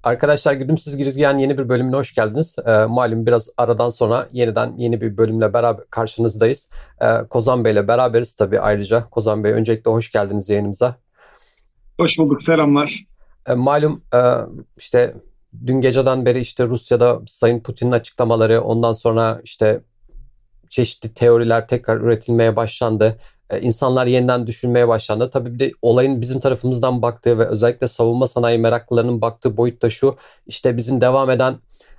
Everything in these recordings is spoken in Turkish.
Arkadaşlar Güdümsüz Girizgah'ın yeni bir bölümüne hoş geldiniz. Malum biraz aradan sonra yeniden yeni bir bölümle beraber karşınızdayız. Kozan Bey'le beraberiz tabii ayrıca. Kozan Bey öncelikle hoş geldiniz yayınımıza. Hoş bulduk, selamlar. Malum işte dün geceden beri işte Rusya'da Sayın Putin'in açıklamaları, ondan sonra işte çeşitli teoriler tekrar üretilmeye başlandı. İnsanlar yeniden düşünmeye başlandı. Tabii bir de olayın bizim tarafımızdan baktığı ve özellikle savunma sanayi meraklılarının baktığı boyut da şu. İşte bizim devam eden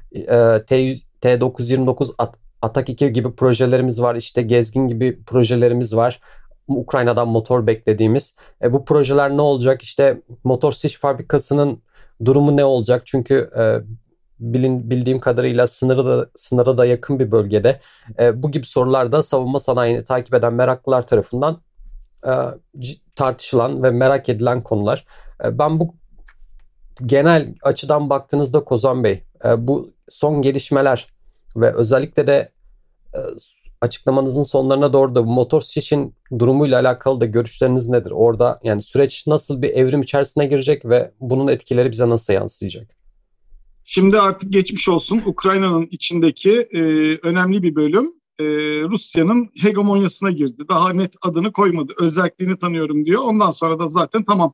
T929 Atak 2 gibi projelerimiz var. İşte Gezgin gibi projelerimiz var. Ukrayna'dan motor beklediğimiz. Bu projeler ne olacak? İşte motor siç fabrikasının durumu ne olacak? Çünkü bildiğim kadarıyla sınıra da yakın bir bölgede. Bu gibi sorular da savunma sanayini takip eden meraklılar tarafından e, tartışılan ve merak edilen konular. Ben bu genel açıdan baktığınızda Kozan Bey, bu son gelişmeler ve özellikle de e, açıklamanızın sonlarına doğru da bu motor şişin durumuyla alakalı da görüşleriniz nedir? Orada yani süreç nasıl bir evrim içerisine girecek ve bunun etkileri bize nasıl yansıyacak? Şimdi artık geçmiş olsun. Ukrayna'nın içindeki önemli bir bölüm Rusya'nın hegemonyasına girdi. Daha net adını koymadı. Özelliğini tanıyorum diyor. Ondan sonra da zaten tamam.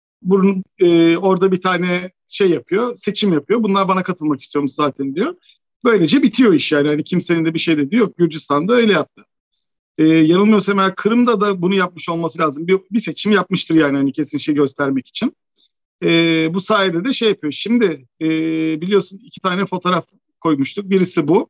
Orada bir tane şey yapıyor, seçim yapıyor. Bunlar bana katılmak istiyormuş zaten diyor. Böylece bitiyor iş yani. Hani kimsenin de bir şey dediği yok. Gürcistan'da öyle yaptı. Yanılmıyorsam eğer Kırım'da da bunu yapmış olması lazım. Bir seçim yapmıştır yani hani kesin şey göstermek için. Bu sayede de şey yapıyor. Şimdi biliyorsun iki tane fotoğraf koymuştuk. Birisi bu.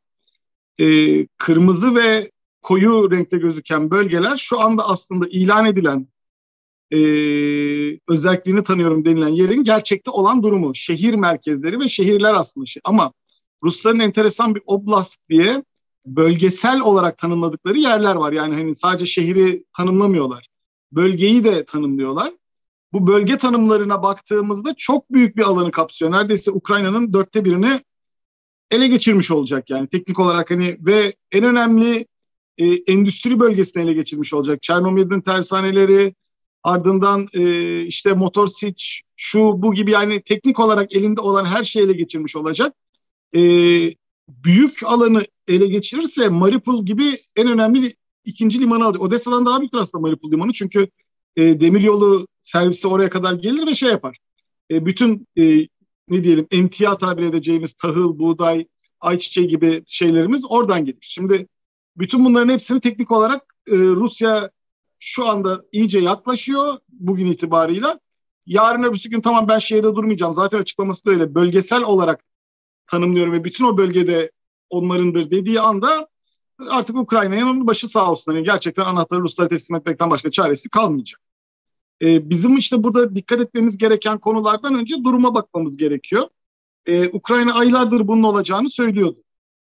Kırmızı ve koyu renkte gözüken bölgeler şu anda aslında ilan edilen e, özelliğini tanıyorum denilen yerin gerçekte olan durumu. Şehir merkezleri ve şehirler aslında şey. Ama Rusların enteresan bir oblast diye bölgesel olarak tanımladıkları yerler var. Yani hani sadece şehri tanımlamıyorlar. Bölgeyi de tanımlıyorlar. Bu bölge tanımlarına baktığımızda çok büyük bir alanı kapsıyor. Neredeyse Ukrayna'nın dörtte birini ele geçirmiş olacak yani teknik olarak hani ve en önemli endüstri bölgesini ele geçirmiş olacak. Çernomyrd'in tersaneleri, ardından işte Motor Sich, şu bu gibi yani teknik olarak elinde olan her şeyi ele geçirmiş olacak. E, Büyük alanı ele geçirirse Mariupol gibi en önemli ikinci limanı alıyor. Odessa'dan daha büyüktür aslında Mariupol limanı çünkü demiryolu servisi oraya kadar gelir ve şey yapar. Bütün ne diyelim emtia tabir edeceğimiz tahıl, buğday, ayçiçeği gibi şeylerimiz oradan gelir. Şimdi bütün bunların hepsini teknik olarak Rusya şu anda iyice yaklaşıyor bugün itibarıyla. Yarın öbürsü gün tamam ben şehirde durmayacağım. Zaten açıklaması da öyle. Bölgesel olarak tanımlıyorum ve bütün o bölgede onlarındır dediği anda artık Ukrayna'nın başı sağ olsun. Yani gerçekten anahtarı Ruslara teslim etmekten başka çaresi kalmayacak. Bizim işte burada dikkat etmemiz gereken konulardan önce duruma bakmamız gerekiyor. Ukrayna aylardır bunun olacağını söylüyordu.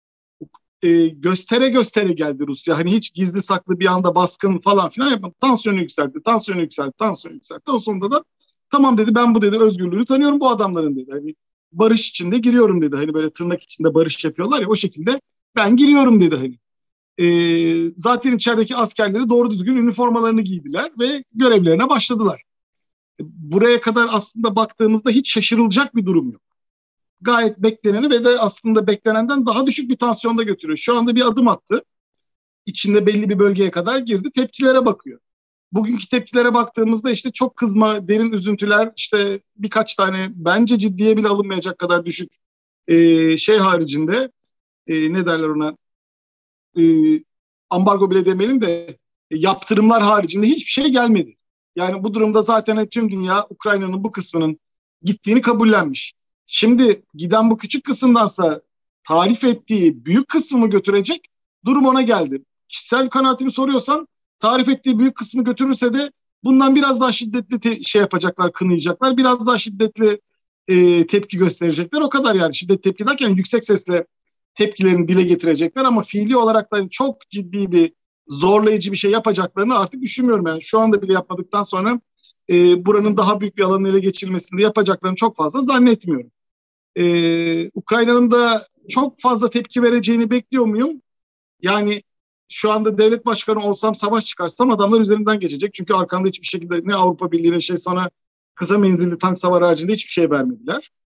Göstere göstere geldi Rusya. Hani hiç gizli saklı bir anda baskın falan filan yapmadı. Tansiyonu yükseltti, tansiyonu yükseltti, tansiyonu yükseltti. O sonunda da tamam dedi ben bu dedi özgürlüğünü tanıyorum bu adamların dedi. Hani barış içinde giriyorum dedi. Hani böyle tırnak içinde barış yapıyorlar ya o şekilde ben giriyorum dedi hani. Zaten içerideki askerleri doğru düzgün üniformalarını giydiler ve görevlerine başladılar. Buraya kadar aslında baktığımızda hiç şaşırılacak bir durum yok. Gayet bekleneni ve de aslında beklenenden daha düşük bir tansiyonda götürüyor. Şu anda bir adım attı. İçinde belli bir bölgeye kadar girdi. Tepkilere bakıyor. Bugünkü tepkilere baktığımızda işte çok kızma, derin üzüntüler, işte birkaç tane bence ciddiye bile alınmayacak kadar düşük şey haricinde ne derler ona e, ambargo bile demeyelim de yaptırımlar haricinde hiçbir şey gelmedi. Yani bu durumda zaten tüm dünya Ukrayna'nın bu kısmının gittiğini kabullenmiş. Şimdi giden bu küçük kısımdansa tarif ettiği büyük kısmı mı götürecek? Durum ona geldi. Kişisel kanaatimi soruyorsan tarif ettiği büyük kısmı götürürse de bundan biraz daha şiddetli şey yapacaklar, kınayacaklar. Biraz daha şiddetli tepki gösterecekler. O kadar yani şiddet tepki derken yüksek sesle tepkilerini dile getirecekler ama fiili olarak da çok ciddi bir zorlayıcı bir şey yapacaklarını artık düşünmüyorum. Yani şu anda bile yapmadıktan sonra buranın daha büyük bir alanın ele geçirilmesinde yapacaklarını çok fazla zannetmiyorum. Ukrayna'nın da çok fazla tepki vereceğini bekliyor muyum? Yani şu anda devlet başkanı olsam savaş çıkarsam adamlar üzerinden geçecek. Çünkü arkamda hiçbir şekilde ne Avrupa Birliği ne şey sana kısa menzilli tank savar haricinde hiçbir şey vermediler.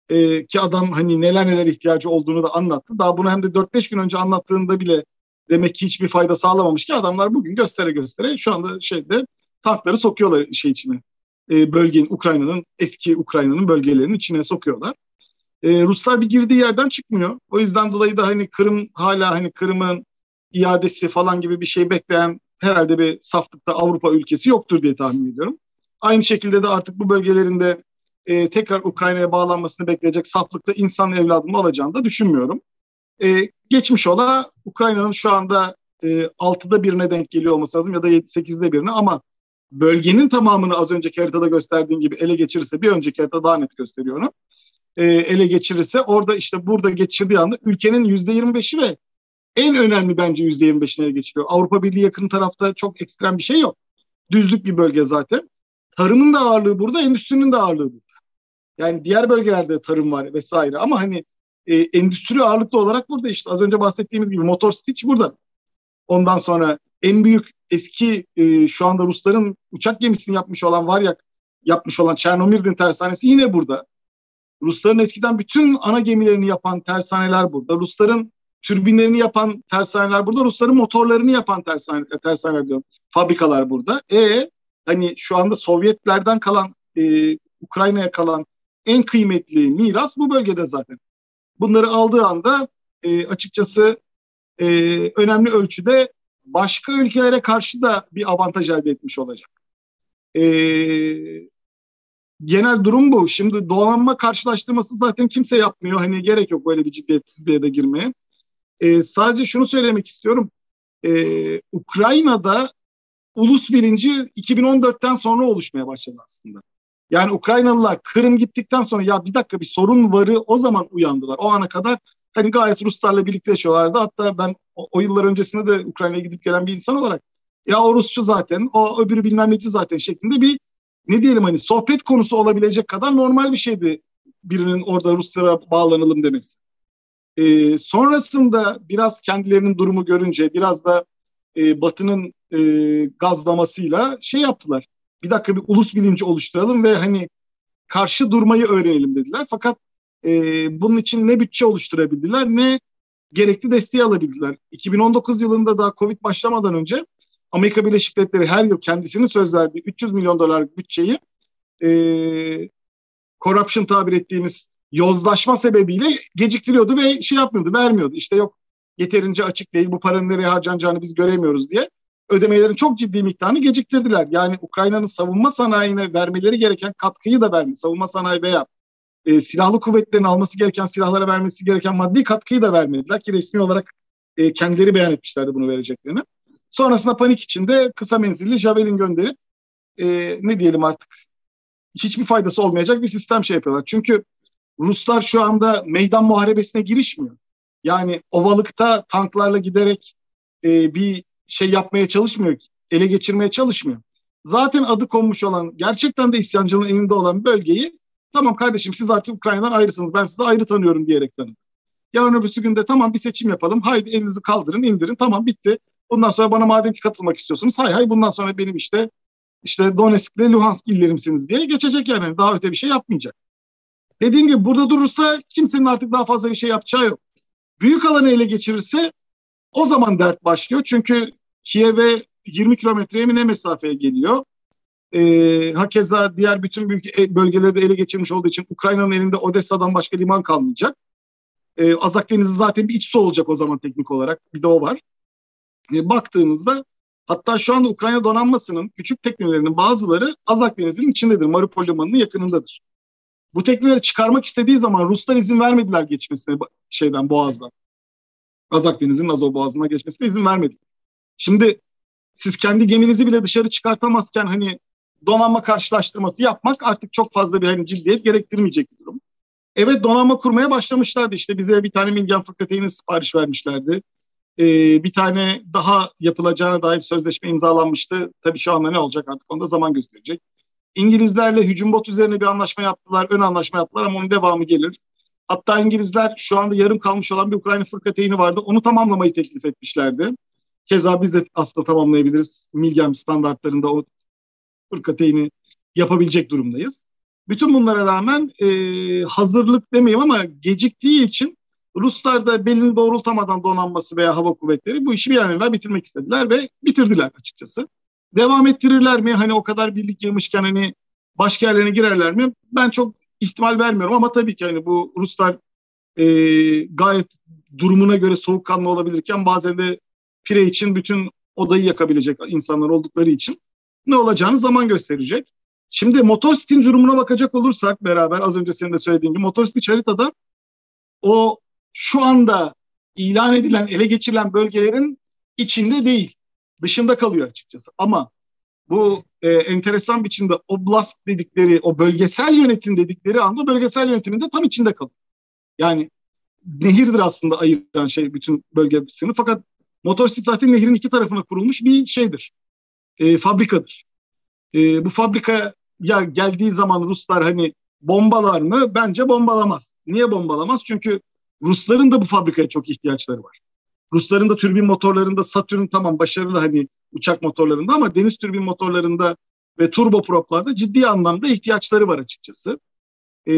Ki adam hani neler neler ihtiyacı olduğunu da anlattı. Daha bunu hem de 4-5 gün önce anlattığında bile demek ki hiçbir fayda sağlamamış ki adamlar bugün göstere göstere şu anda tankları sokuyorlar içine. Bölgenin, eski Ukrayna'nın bölgelerinin içine sokuyorlar. Ruslar bir girdiği yerden çıkmıyor. O yüzden dolayı da hani Kırım hala hani Kırım'ın iadesi falan gibi bir şey bekleyen herhalde bir saflıkta Avrupa ülkesi yoktur diye tahmin ediyorum. Aynı şekilde de artık bu bölgelerinde tekrar Ukrayna'ya bağlanmasını bekleyecek saflıkta insan evladını olacağını da düşünmüyorum. Geçmiş ola Ukrayna'nın şu anda 6'da birine denk geliyor olması lazım ya da 7-8'de birine ama bölgenin tamamını az önceki haritada gösterdiğim gibi ele geçirirse bir önceki harita daha net gösteriyor onu. Ele geçirirse orada işte burada geçirdiği anda ülkenin %25'i ve en önemli bence %25'ine ele geçiriyor. Avrupa Birliği yakın tarafta çok ekstrem bir şey yok. Düzlük bir bölge zaten. Tarımın da ağırlığı burada, endüstrinin de ağırlığı burada. Yani diğer bölgelerde tarım var vesaire ama hani endüstri ağırlıklı olarak burada işte az önce bahsettiğimiz gibi Motor Stitch burada. Ondan sonra en büyük eski şu anda Rusların uçak gemisini yapmış olan Varyak yapmış olan Çernomirdin tersanesi yine burada. Rusların eskiden bütün ana gemilerini yapan tersaneler burada. Rusların türbinlerini yapan tersaneler burada. Rusların motorlarını yapan tersaneler diyorum. Fabrikalar burada. Hani şu anda Sovyetlerden kalan Ukrayna'ya kalan en kıymetli miras bu bölgede zaten. Bunları aldığı anda açıkçası önemli ölçüde başka ülkelere karşı da bir avantaj elde etmiş olacak. Genel durum bu. Şimdi donanma karşılaştırması zaten kimse yapmıyor. Hani gerek yok böyle bir ciddiyetsizliğe de girmeye. Sadece şunu söylemek istiyorum. Ukrayna'da ulus bilinci 2014'ten sonra oluşmaya başladı aslında. Yani Ukraynalılar Kırım gittikten sonra ya bir dakika bir sorun varı o zaman uyandılar. O ana kadar hani gayet Ruslarla birlikte yaşıyorlardı. Hatta ben o yıllar öncesinde de Ukrayna'ya gidip gelen bir insan olarak ya o Rusçu zaten, o öbürü bilmem neci zaten şeklinde bir ne diyelim hani sohbet konusu olabilecek kadar normal bir şeydi birinin orada Ruslara bağlanalım demesi. Sonrasında biraz kendilerinin durumu görünce biraz da Batı'nın gazlamasıyla şey yaptılar. Bir dakika bir ulus bilinci oluşturalım ve hani karşı durmayı öğrenelim dediler. Fakat bunun için ne bütçe oluşturabildiler ne gerekli desteği alabildiler. 2019 yılında daha Covid başlamadan önce Amerika Birleşik Devletleri her yıl kendisinin söz verdiği 300 milyon dolarlık bütçeyi corruption tabir ettiğimiz yozlaşma sebebiyle geciktiriyordu ve şey yapmıyordu, vermiyordu. İşte yok yeterince açık değil, bu paranın nereye harcanacağını biz göremiyoruz diye ödemelerin çok ciddi miktarını geciktirdiler. Yani Ukrayna'nın savunma sanayine vermeleri gereken katkıyı da vermiyor. Savunma sanayi veya silahlı kuvvetlerin alması gereken silahlara vermesi gereken maddi katkıyı da vermediler ki resmi olarak kendileri beyan etmişlerdi bunu vereceklerini. Sonrasında panik içinde kısa menzilli Javelin gönderip ne diyelim artık hiçbir faydası olmayacak bir sistem şey yapıyorlar. Çünkü Ruslar şu anda meydan muharebesine girişmiyor. Yani ovalıkta tanklarla giderek bir şey yapmaya çalışmıyor, ele geçirmeye çalışmıyor. Zaten adı konmuş olan, gerçekten de isyancının elinde olan bölgeyi tamam kardeşim siz artık Ukrayna'dan ayrısınız, ben sizi ayrı tanıyorum diyerek tanıdım. Yarın öbürsü günde tamam bir seçim yapalım, haydi elinizi kaldırın, indirin, tamam bitti. Bundan sonra bana madem ki katılmak istiyorsunuz, hay bundan sonra benim işte Donetsk ile Luhansk illerimsiniz diye geçecek yani. Daha öte bir şey yapmayacak. Dediğim gibi burada durursa kimsenin artık daha fazla bir şey yapacağı yok. Büyük alanı ele geçirirse o zaman dert başlıyor. Çünkü Kiev'e 20 kilometreye mi ne mesafeye geliyor. Hakeza diğer bütün büyük bölgeleri de ele geçirmiş olduğu için Ukrayna'nın elinde Odessa'dan başka liman kalmayacak. Azak Denizi zaten bir iç su olacak o zaman teknik olarak. Bir de o var. Baktığınızda hatta şu anda Ukrayna donanmasının küçük teknelerinin bazıları Azak Denizi'nin içindedir. Mariupol Limanı'nın yakınındadır. Bu tekneleri çıkarmak istediği zaman Ruslar izin vermediler geçmesine Boğaz'dan. Azak Denizi'nin Azov Boğazı'na geçmesine izin vermediler. Şimdi siz kendi geminizi bile dışarı çıkartamazken hani donanma karşılaştırması yapmak artık çok fazla bir hani ciddiyet gerektirmeyecek bir durum. Evet donanma kurmaya başlamışlardı. İşte bize bir tane Milgem fırkateyni sipariş vermişlerdi. Bir tane daha yapılacağına dair sözleşme imzalanmıştı. Tabii şu anda ne olacak artık onu da zaman gösterecek. İngilizlerle hücum bot üzerine bir anlaşma yaptılar, ön anlaşma yaptılar ama onun devamı gelir. Hatta İngilizler şu anda yarım kalmış olan bir Ukrayna fırkateyni vardı. Onu tamamlamayı teklif etmişlerdi. Keza biz de aslında tamamlayabiliriz. Milgem standartlarında o fırkateyni yapabilecek durumdayız. Bütün bunlara rağmen hazırlık demeyeyim ama geciktiği için Ruslar da belini doğrultamadan donanması veya hava kuvvetleri bu işi bir an evvel bitirmek istediler ve bitirdiler açıkçası. Devam ettirirler mi? Hani o kadar birlik yığmışken hani başka yerlerine girerler mi? Ben çok ihtimal vermiyorum ama tabii ki hani bu Ruslar gayet durumuna göre soğukkanlı olabilirken bazen de pire için bütün odayı yakabilecek insanlar oldukları için ne olacağını zaman gösterecek. Şimdi Motor City'nin durumuna bakacak olursak beraber az önce senin de söylediğin gibi Motor City haritada o şu anda ilan edilen, ele geçirilen bölgelerin içinde değil, dışında kalıyor açıkçası. Ama bu enteresan biçimde oblast dedikleri, o bölgesel yönetim dedikleri anda bölgesel yönetimin de tam içinde kalıyor. Yani nehirdir aslında ayıran şey bütün bölgesini. Fakat Motor City zaten nehrin iki tarafına kurulmuş bir şeydir, fabrikadır. Bu fabrikaya geldiği zaman Ruslar hani bombalar mı? Bence bombalamaz. Niye bombalamaz? Çünkü Rusların da bu fabrikaya çok ihtiyaçları var. Rusların da türbin motorlarında Satürn tamam başarılı hani uçak motorlarında ama deniz türbin motorlarında ve turboproplarda ciddi anlamda ihtiyaçları var açıkçası. Ee,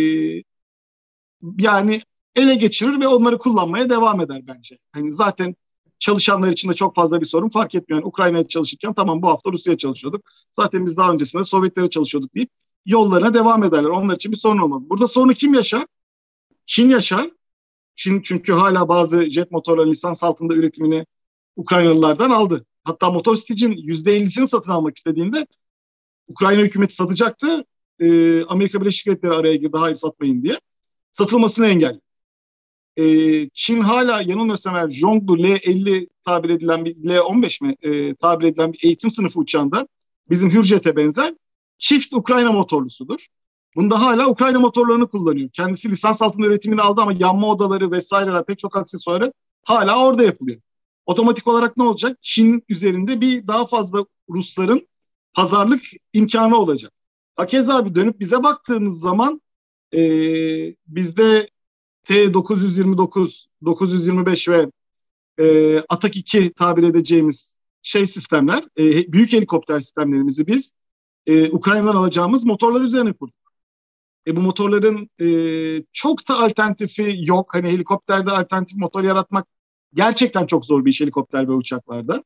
Yani ele geçirir ve onları kullanmaya devam eder bence. Hani zaten çalışanlar için de çok fazla bir sorun fark etmiyor. Yani Ukrayna'ya çalışırken tamam bu hafta Rusya'ya çalışıyorduk. Zaten biz daha öncesinde Sovyetlere çalışıyorduk deyip yollarına devam ederler. Onlar için bir sorun olmaz. Burada sorunu kim yaşar? Çin yaşar. Çin çünkü hala bazı jet motorların lisans altında üretimini Ukraynalılardan aldı. Hatta Motor City'cin %50'sini satın almak istediğinde Ukrayna hükümeti satacaktı. Amerika Birleşik Devletleri araya girdi hayır satmayın diye. Satılmasını engelledi. Çin hala yanılmıyorsam eğer Zhongli L-50 tabir edilen bir L-15 mi tabir edilen bir eğitim sınıfı uçağında bizim Hürjet'e benzer çift Ukrayna motorlusudur. Bunda hala Ukrayna motorlarını kullanıyor. Kendisi lisans altında üretimini aldı ama yanma odaları vesaireler pek çok aksesuarı hala orada yapılıyor. Otomatik olarak ne olacak? Çin üzerinde bir daha fazla Rusların pazarlık imkanı olacak. Hakeza abi dönüp bize baktığımız zaman bizde T-929, 925 ve Atak 2 tabir edeceğimiz sistemler, büyük helikopter sistemlerimizi biz Ukrayna'dan alacağımız motorlar üzerine kurduk. Bu motorların çok da alternatifi yok. Hani helikopterde alternatif motor yaratmak gerçekten çok zor bir iş helikopter ve uçaklarda.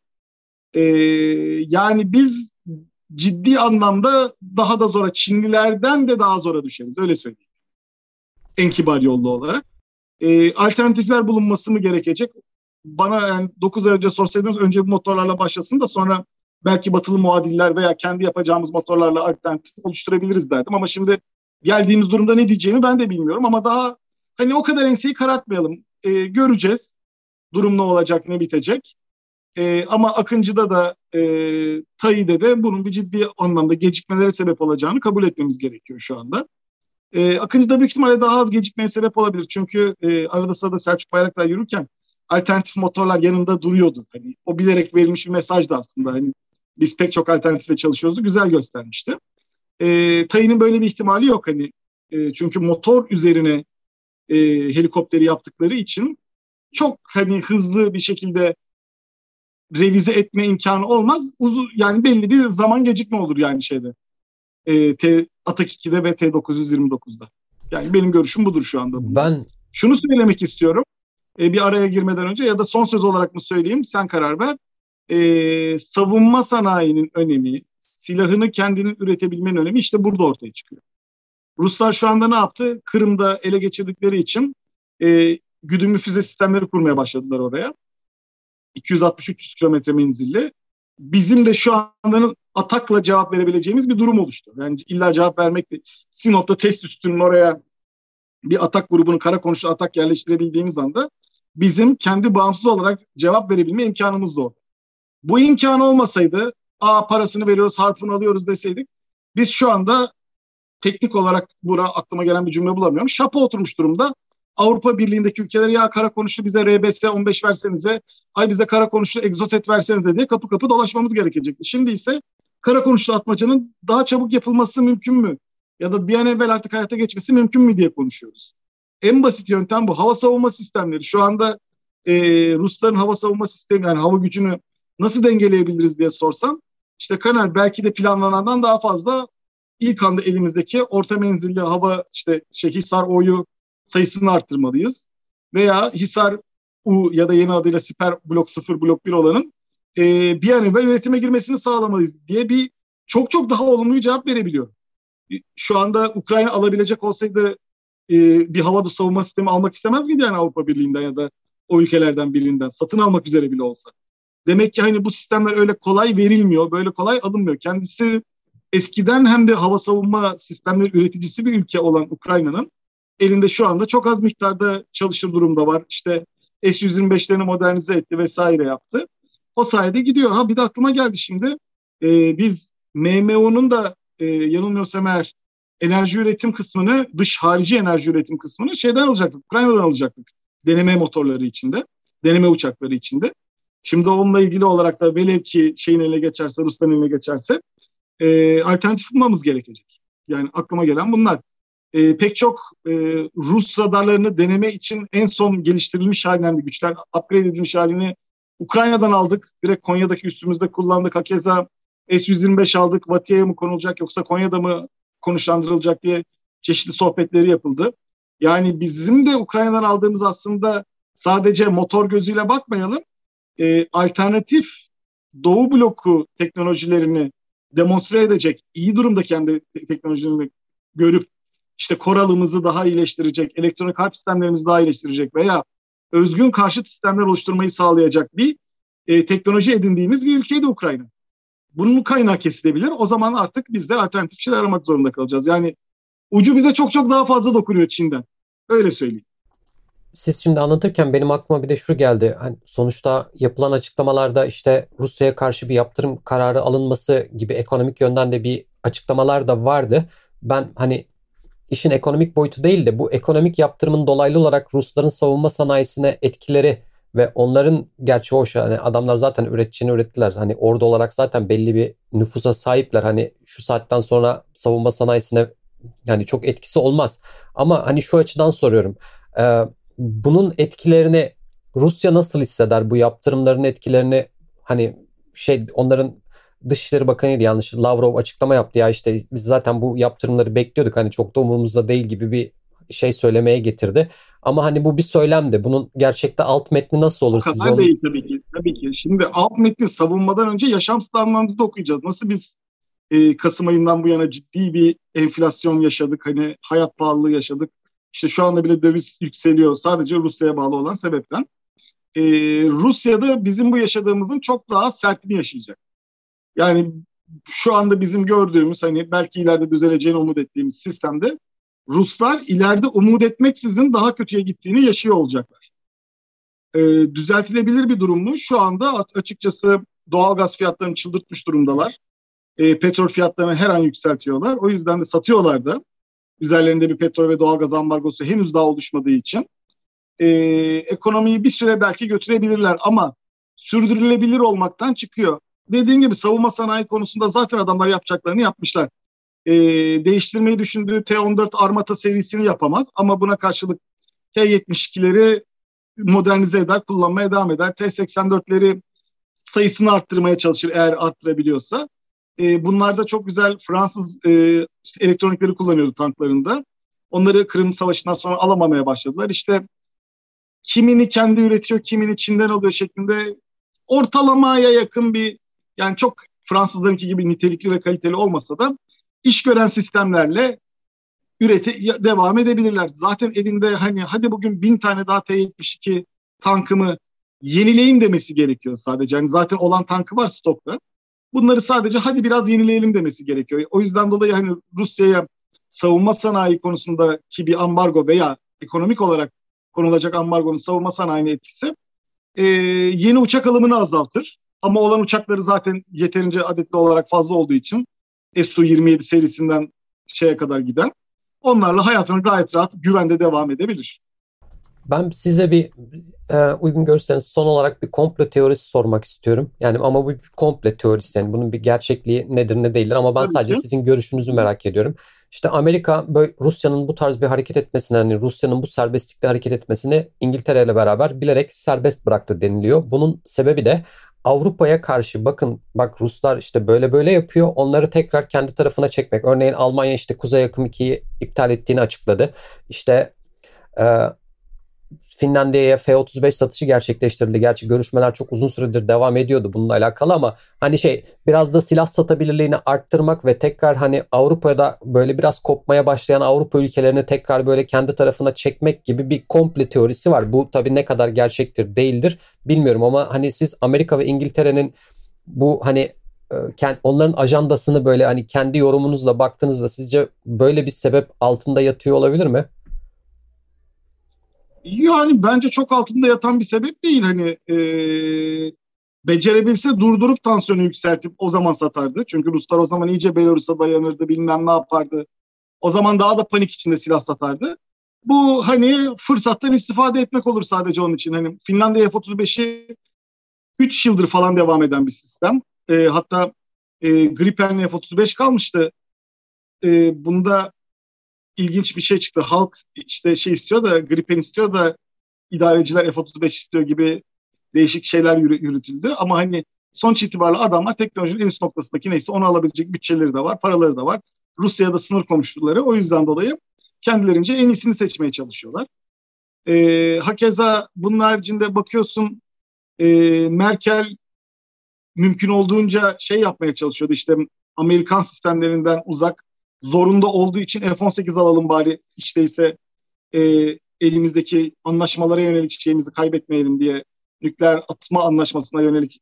Yani biz ciddi anlamda daha da zora, Çinlilerden de daha zora düşeriz. Öyle söyleyeyim. En kibar yollu olarak. Alternatifler bulunması mı gerekecek? Bana yani 9 ay önce sorsaydınız önce bu motorlarla başlasın da sonra belki batılı muadiller veya kendi yapacağımız motorlarla alternatif oluşturabiliriz derdim. Ama şimdi geldiğimiz durumda ne diyeceğimi ben de bilmiyorum. Ama daha hani o kadar enseyi karartmayalım. Göreceğiz durum ne olacak, ne bitecek. Ama Akıncı'da da TAİ'de de bunun bir ciddi anlamda gecikmelere sebep olacağını kabul etmemiz gerekiyor şu anda. Akıncı'da büyük ihtimalle daha az gecikmeye sebep olabilir. Çünkü arada sırada Selçuk Bayraktar yürürken alternatif motorlar yanında duruyordu. Hani o bilerek verilmiş bir mesajdı aslında. Hani biz pek çok alternatifle çalışıyoruz. Güzel göstermişti. TAİ'nin böyle bir ihtimali yok. Hani çünkü motor üzerine helikopteri yaptıkları için çok hani hızlı bir şekilde revize etme imkanı olmaz. Yani belli bir zaman gecikme olur yani şeyde. Atak 2'de ve T-929'da. Yani benim görüşüm budur şu anda. Ben şunu söylemek istiyorum. Bir araya girmeden önce ya da son söz olarak mı söyleyeyim sen karar ver. Savunma sanayinin önemi, silahını kendinin üretebilmenin önemi işte burada ortaya çıkıyor. Ruslar şu anda ne yaptı? Kırım'da ele geçirdikleri için güdümlü füze sistemleri kurmaya başladılar oraya. 260-300 kilometre menzilli. Bizim de şu anda atakla cevap verebileceğimiz bir durum oluştu. Yani illa cevap vermek değil. Sinop'ta test üstünün oraya bir atak grubunu kara konuşlu atak yerleştirebildiğimiz anda bizim kendi bağımsız olarak cevap verebilme imkanımız da orada. Bu imkan olmasaydı parasını veriyoruz, harfını alıyoruz deseydik biz şu anda teknik olarak aklıma gelen bir cümle bulamıyorum. Şapa oturmuş durumda. Avrupa Birliği'ndeki ülkeler ya kara konuşlu bize RBS 15 versenize, bize kara konuşlu egzoset versenize diye kapı kapı dolaşmamız gerekecekti. Şimdi ise kara konuşlu atmacanın daha çabuk yapılması mümkün mü? Ya da bir an evvel artık hayata geçmesi mümkün mü diye konuşuyoruz. En basit yöntem bu. Hava savunma sistemleri. Şu anda Rusların hava savunma sistemi yani hava gücünü nasıl dengeleyebiliriz diye sorsam işte Kanar belki de planlanandan daha fazla İlk anda elimizdeki orta menzilli hava işte Hisar O'yu sayısını arttırmalıyız. Veya Hisar U ya da yeni adıyla Siper Blok 0 Blok 1 olanın bir an evvel üretime girmesini sağlamalıyız diye bir çok çok daha olumlu bir cevap verebiliyor. Şu anda Ukrayna alabilecek olsaydı bir hava savunma sistemi almak istemez miydi yani Avrupa Birliği'nden ya da o ülkelerden birinden satın almak üzere bile olsa. Demek ki hani bu sistemler öyle kolay verilmiyor, böyle kolay alınmıyor. Kendisi eskiden hem de hava savunma sistemleri üreticisi bir ülke olan Ukrayna'nın elinde şu anda çok az miktarda çalışır durumda var. İşte S-125'lerini modernize etti vesaire yaptı. O sayede gidiyor. Ha bir de aklıma geldi şimdi. Biz MMO'nun da yanılmıyorsam eğer enerji üretim kısmını, dış harici enerji üretim kısmını şeyden alacaktık, Ukrayna'dan alacaktık. Deneme motorları içinde, deneme uçakları içinde. Şimdi onunla ilgili olarak da velev ki şeyin eline geçerse, Rusların eline geçerse alternatif bulmamız gerekecek. Yani aklıma gelen bunlar. Pek çok Rus radarlarını deneme için en son geliştirilmiş halinden bir güçler, upgrade edilmiş halini Ukrayna'dan aldık. Direkt Konya'daki üstümüzde kullandık. Hakeza S-125 aldık. Vatiye'ye mi konulacak yoksa Konya'da mı konuşlandırılacak diye çeşitli sohbetleri yapıldı. Yani bizim de Ukrayna'dan aldığımız aslında sadece motor gözüyle bakmayalım. Alternatif Doğu bloku teknolojilerini demonstre edecek, iyi durumda kendi teknolojilerini görüp işte koralımızı daha iyileştirecek, elektronik harp sistemlerimizi daha iyileştirecek veya özgün karşıt sistemler oluşturmayı sağlayacak bir teknoloji edindiğimiz bir ülkeydi Ukrayna. Bunun kaynağı kesilebilir. O zaman artık biz de alternatif şeyler aramak zorunda kalacağız. Yani ucu bize çok çok daha fazla dokunuyor Çin'den. Öyle söyleyeyim. Siz şimdi anlatırken benim aklıma bir de şu geldi. Hani sonuçta yapılan açıklamalarda işte Rusya'ya karşı bir yaptırım kararı alınması gibi ekonomik yönden de bir açıklamalar da vardı. Ben hani işin ekonomik boyutu değil de bu ekonomik yaptırımın dolaylı olarak Rusların savunma sanayisine etkileri ve onların gerçi hoş yani adamlar zaten üreteceğini ürettiler. Hani ordu olarak zaten belli bir nüfusa sahipler. Hani şu saatten sonra savunma sanayisine yani çok etkisi olmaz. Ama hani şu açıdan soruyorum. Ee, Bunun etkilerini Rusya nasıl hisseder? Bu yaptırımların etkilerini hani onların Dışişleri Bakanı'ydı yanlış. Lavrov açıklama yaptı ya işte biz zaten bu yaptırımları bekliyorduk. Hani çok da umurumuzda değil gibi bir şey söylemeye getirdi. Ama hani bu bir söylemdi. Bunun gerçekte alt metni nasıl O olur sizce kadar onun? değil tabii ki. Tabii ki. Şimdi alt metni savunmadan önce yaşam standartlarını okuyacağız. Nasıl biz Kasım ayından bu yana ciddi bir enflasyon yaşadık. Hani hayat pahalılığı yaşadık. İşte şu anda bile döviz yükseliyor. Sadece Rusya'ya bağlı olan sebepten. Rusya'da bizim bu yaşadığımızın çok daha sertini yaşayacak. Yani şu anda bizim gördüğümüz hani belki ileride düzeleceğini umut ettiğimiz sistemde Ruslar ileride umut etmeksizin daha kötüye gittiğini yaşıyor olacaklar. Düzeltilebilir bir durum mu? Şu anda açıkçası doğalgaz fiyatlarını çıldırtmış durumdalar. Petrol fiyatlarını her an yükseltiyorlar. O yüzden de satıyorlar da. Üzerlerinde bir petrol ve doğalgaz ambargosu henüz daha oluşmadığı için ekonomiyi bir süre belki götürebilirler ama sürdürülebilir olmaktan çıkıyor. Dediğim gibi savunma sanayi konusunda zaten adamlar yapacaklarını yapmışlar. Değiştirmeyi düşündüğü T-14 Armata serisini yapamaz ama buna karşılık T-72'leri modernize eder, kullanmaya devam eder. T-84'leri sayısını arttırmaya çalışır eğer arttırabiliyorsa. Bunlar da çok güzel Fransız işte elektronikleri kullanıyordu tanklarında. Onları Kırım Savaşı'ndan sonra alamamaya başladılar. İşte kimini kendi üretiyor, kimini Çin'den alıyor şeklinde ortalamaya yakın bir yani çok Fransızlarınki gibi nitelikli ve kaliteli olmasa da iş gören sistemlerle devam edebilirler. Zaten elinde hani hadi bugün 1000 tane daha T-72 tankımı yenileyim demesi gerekiyor sadece. Yani zaten olan tankı var stokta. Bunları sadece hadi biraz yenileyelim demesi gerekiyor. O yüzden dolayı hani Rusya'ya savunma sanayi konusundaki bir ambargo veya ekonomik olarak konulacak ambargonun savunma sanayine etkisi yeni uçak alımını azaltır. Ama olan uçakları zaten yeterince adetli olarak fazla olduğu için Su-27 serisinden şeye kadar giden onlarla hayatını gayet rahat güvende devam edebilir. Ben size bir uygun görürseniz son olarak bir komplo teorisi sormak istiyorum. Yani ama bu bir komplo teorisi. Yani bunun bir gerçekliği nedir ne değildir ama ben Tabii sadece ki. sizin görüşünüzü merak ediyorum. İşte Amerika böyle Rusya'nın bu tarz bir hareket etmesini, yani Rusya'nın bu serbestlikte hareket etmesini İngiltere ile beraber bilerek serbest bıraktı deniliyor. Bunun sebebi de Avrupa'ya karşı bakın bak Ruslar işte böyle böyle yapıyor. Onları tekrar kendi tarafına çekmek. Örneğin Almanya işte Kuzey Akım 2'yi iptal ettiğini açıkladı. İşte e, Finlandiya'ya F-35 satışı gerçekleştirildi. Gerçi görüşmeler çok uzun süredir devam ediyordu bununla alakalı ama hani biraz da silah satabilirliğini arttırmak ve tekrar hani Avrupa'da böyle biraz kopmaya başlayan Avrupa ülkelerini tekrar böyle kendi tarafına çekmek gibi bir komple teorisi var. Bu tabii ne kadar gerçektir değildir bilmiyorum ama hani siz Amerika ve İngiltere'nin bu hani onların ajandasını böyle hani kendi yorumunuzla baktığınızda sizce böyle bir sebep altında yatıyor olabilir mi? Yani bence çok altında yatan bir sebep değil. Hani becerebilse durdurup tansiyonu yükseltip o zaman satardı. Çünkü Ruslar o zaman iyice Belarus'a dayanırdı, bilmem ne yapardı. O zaman daha da panik içinde silah satardı. Bu hani fırsattan istifade etmek olur sadece onun için. Hani Finlandiya F-35'i 3 yıldır falan devam eden bir sistem. Hatta Gripen'le F-35 kalmıştı. Bunda ilginç bir şey çıktı. Halk işte şey istiyor da Gripen istiyor da idareciler F-35 istiyor gibi değişik şeyler yürütüldü. Ama hani sonuç itibariyle adamlar teknolojinin en üst noktasındaki neyse onu alabilecek bütçeleri de var, paraları da var. Rusya'da sınır komşuları. O yüzden dolayı kendilerince en iyisini seçmeye çalışıyorlar. Hakeza bunun haricinde bakıyorsun e, Merkel mümkün olduğunca şey yapmaya çalışıyordu. İşte Amerikan sistemlerinden uzak zorunda olduğu için F-18 alalım bari işteyse e, elimizdeki anlaşmalara yönelik şeyimizi kaybetmeyelim diye nükleer atma anlaşmasına yönelik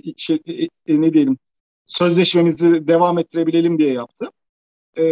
ne diyelim sözleşmemizi devam ettirebilelim diye yaptı. E,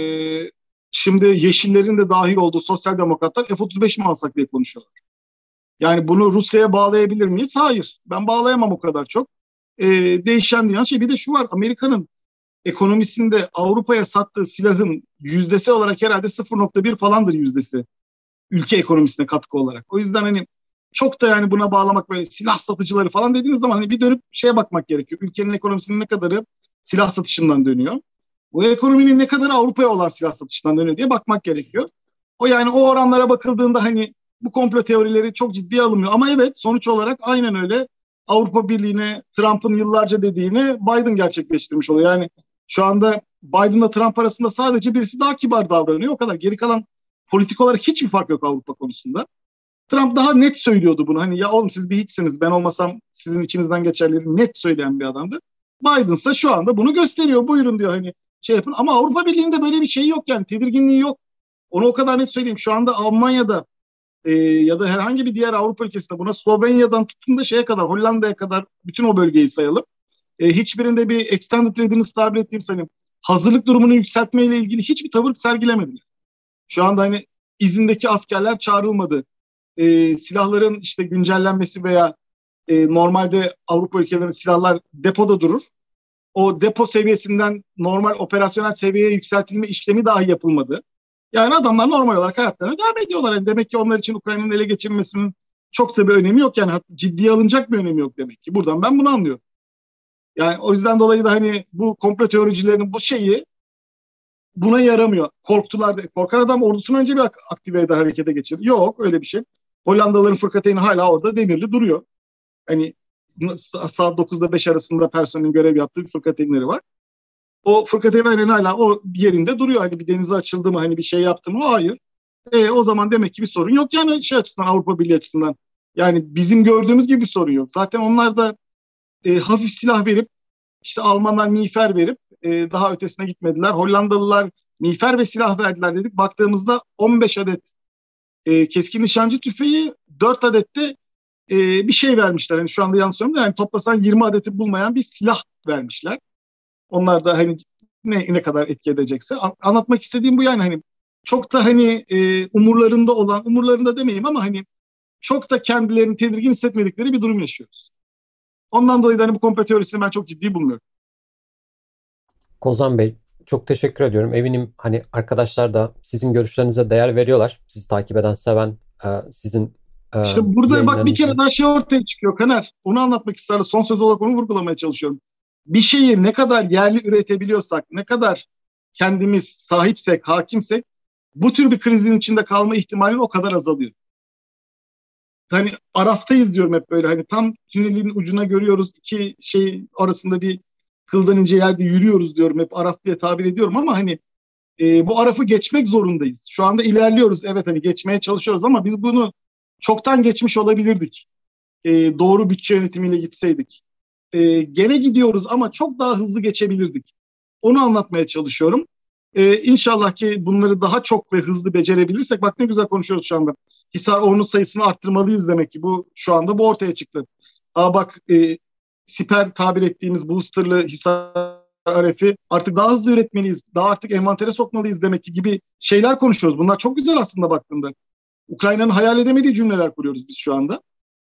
Şimdi Yeşillerin de dahil olduğu sosyal demokratlar F-35 mi alsak diye konuşuyorlar. Yani bunu Rusya'ya bağlayabilir miyiz? Hayır. Ben bağlayamam o kadar çok. Değişen dünya şey. Bir de şu var. Amerika'nın ekonomisinde Avrupa'ya sattığı silahın yüzdesi olarak herhalde 0,1 falandır yüzdesi. Ülke ekonomisine katkı olarak. O yüzden hani çok da yani buna bağlamak böyle silah satıcıları falan dediğiniz zaman hani bir dönüp şeye bakmak gerekiyor. Ülkenin ekonomisinin ne kadarı silah satışından dönüyor. Bu ekonominin ne kadar Avrupa'ya olan silah satışından dönüyor diye bakmak gerekiyor. O yani o oranlara bakıldığında hani bu komplo teorileri çok ciddiye alınmıyor. Ama evet sonuç olarak aynen öyle Avrupa Birliği'ne Trump'ın yıllarca dediğini Biden gerçekleştirmiş oluyor. Yani şu anda Biden'la Trump arasında sadece birisi daha kibar davranıyor. O kadar. Geri kalan politik olarak hiçbir fark yok Avrupa konusunda. Trump daha net söylüyordu bunu. Hani ya oğlum siz bir hiçsiniz ben olmasam sizin içinizden geçerleri net söyleyen bir adamdı. Biden ise şu anda bunu gösteriyor. Buyurun diyor hani şey yapın. Ama Avrupa Birliği'nde böyle bir şey yok yani tedirginliği yok. Onu o kadar net söyleyeyim. Şu anda Almanya'da ya da herhangi bir diğer Avrupa ülkesinde buna Slovenya'dan tutun da şeye kadar Hollanda'ya kadar bütün o bölgeyi sayalım. Hiçbirinde bir extended readiness tabir ettiğimiz hani hazırlık durumunu yükseltmeyle ilgili hiçbir tavır sergilemediler. Şu anda hani izindeki askerler çağrılmadı. Silahların işte güncellenmesi veya normalde Avrupa ülkelerinin silahlar depoda durur. O depo seviyesinden normal operasyonel seviyeye yükseltilme işlemi dahi yapılmadı. Yani adamlar normal olarak hayatlarına devam ediyorlar. Yani demek ki onlar için Ukrayna'nın ele geçirmesinin çok da bir önemi yok. Yani ciddiye alınacak bir önemi yok demek ki. Buradan ben bunu anlıyorum. Yani o yüzden dolayı da hani bu komplo teoricilerinin bu şeyi buna yaramıyor. Korktular. Korkan adam ordusunu önce bir aktive eder, harekete geçirir. Yok öyle bir şey. Hollandalıların fırkateyni hala orada demirli duruyor. Hani saat 9'da 5 arasında personelin görev yaptığı fırkateynleri var. O fırkateyn aynen hala o yerinde duruyor. Hani bir denize açıldı mı hani bir şey yaptı mı? Hayır. O zaman demek ki bir sorun yok yani şey açısından Avrupa Birliği açısından. Yani bizim gördüğümüz gibi bir sorun yok. Zaten onlar da hafif silah verip işte Almanlar miğfer verip daha ötesine gitmediler. Hollandalılar miğfer ve silah verdiler dedik. Baktığımızda 15 adet keskin nişancı tüfeği, 4 adet de bir şey vermişler. Yani şu anda yanlış söylüyorum da yani toplasan 20 adeti bulmayan bir silah vermişler. Onlar da hani ne kadar etki edecekse. Anlatmak istediğim bu yani hani çok da hani umurlarında olan, umurlarında demeyeyim ama hani çok da kendilerini tedirgin hissetmedikleri bir durum yaşıyoruz. Ondan dolayı da hani bu komplo teorisini ben çok ciddi bulmuyorum. Kozan Bey, çok teşekkür ediyorum. Eminim hani arkadaşlar da sizin görüşlerinize değer veriyorlar. Sizi takip eden, seven, sizin İşte burada bak bir kere yayınlarınızı. daha şey ortaya çıkıyor Kaner. Onu anlatmak isterdim. Son söz olarak onu vurgulamaya çalışıyorum. Bir şeyi ne kadar yerli üretebiliyorsak, ne kadar kendimiz sahipsek, hakimsek bu tür bir krizin içinde kalma ihtimali o kadar azalıyor. hani Araf'tayız diyorum hep böyle. Hani tam tünelin ucuna görüyoruz. İki şey arasında bir kıldan ince yerde yürüyoruz diyorum. Hep Araf diye tabir ediyorum ama hani bu Araf'ı geçmek zorundayız. Şu anda ilerliyoruz. Evet hani geçmeye çalışıyoruz ama biz bunu çoktan geçmiş olabilirdik. Doğru bütçe yönetimiyle gitseydik. Gene gidiyoruz ama çok daha hızlı geçebilirdik. Onu anlatmaya çalışıyorum. İnşallah ki bunları daha çok ve hızlı becerebilirsek, bak ne güzel konuşuyoruz şu anda. Hisar Ornu sayısını arttırmalıyız demek ki, bu şu anda bu ortaya çıktı. Aa bak, siper tabir ettiğimiz boosterlı Hisar Aref'i artık daha hızlı üretmeliyiz. Daha artık envantere sokmalıyız demek ki gibi şeyler konuşuyoruz. Bunlar çok güzel aslında baktığında. Ukrayna'nın hayal edemediği cümleler kuruyoruz biz şu anda.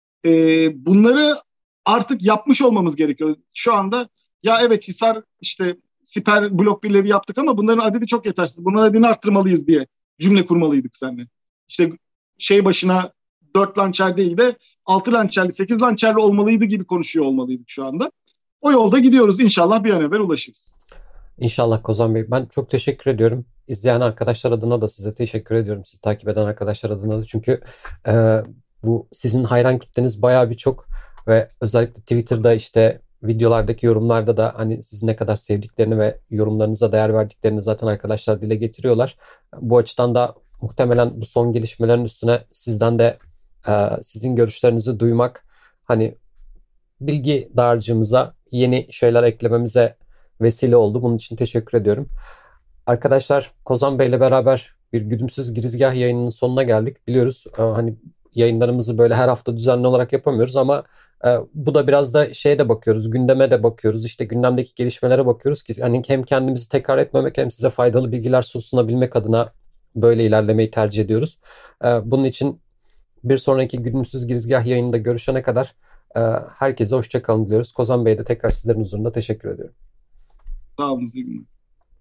Bunları artık yapmış olmamız gerekiyor. Şu anda ya evet Hisar işte siper blok birleri yaptık ama bunların adedi çok yetersiz. Bunların adedini arttırmalıyız diye cümle kurmalıydık seninle. İşte şey başına 4 lançer değil de 6 lançerli 8 lançerli olmalıydı gibi konuşuyor olmalıydık şu anda. O yolda gidiyoruz. İnşallah bir an evvel ulaşırız. İnşallah Kozan Bey. Ben çok teşekkür ediyorum. İzleyen arkadaşlar adına da size teşekkür ediyorum. Sizi takip eden arkadaşlar adına da. Çünkü e, bu sizin hayran kitleniz bayağı bir çok ve özellikle Twitter'da işte videolardaki yorumlarda da hani sizi ne kadar sevdiklerini ve yorumlarınıza değer verdiklerini zaten arkadaşlar dile getiriyorlar. Bu açıdan da muhtemelen bu son gelişmelerin üstüne sizden de sizin görüşlerinizi duymak, hani bilgi dağarcığımıza yeni şeyler eklememize vesile oldu. Bunun için teşekkür ediyorum. Arkadaşlar, Kozan Bey'le beraber bir Güdümsüz Girizgah yayınının sonuna geldik. Biliyoruz hani yayınlarımızı böyle her hafta düzenli olarak yapamıyoruz ama bu da biraz da şeye de bakıyoruz, gündeme de bakıyoruz. İşte gündemdeki gelişmelere bakıyoruz ki hani hem kendimizi tekrar etmemek hem size faydalı bilgiler sunabilmek adına böyle ilerlemeyi tercih ediyoruz. Bunun için bir sonraki Güdümsüz Girizgah yayınında görüşene kadar herkese hoşça kalın diliyoruz. Kozan Bey'e de tekrar sizlerin huzurunda teşekkür ediyorum. Sağ olun.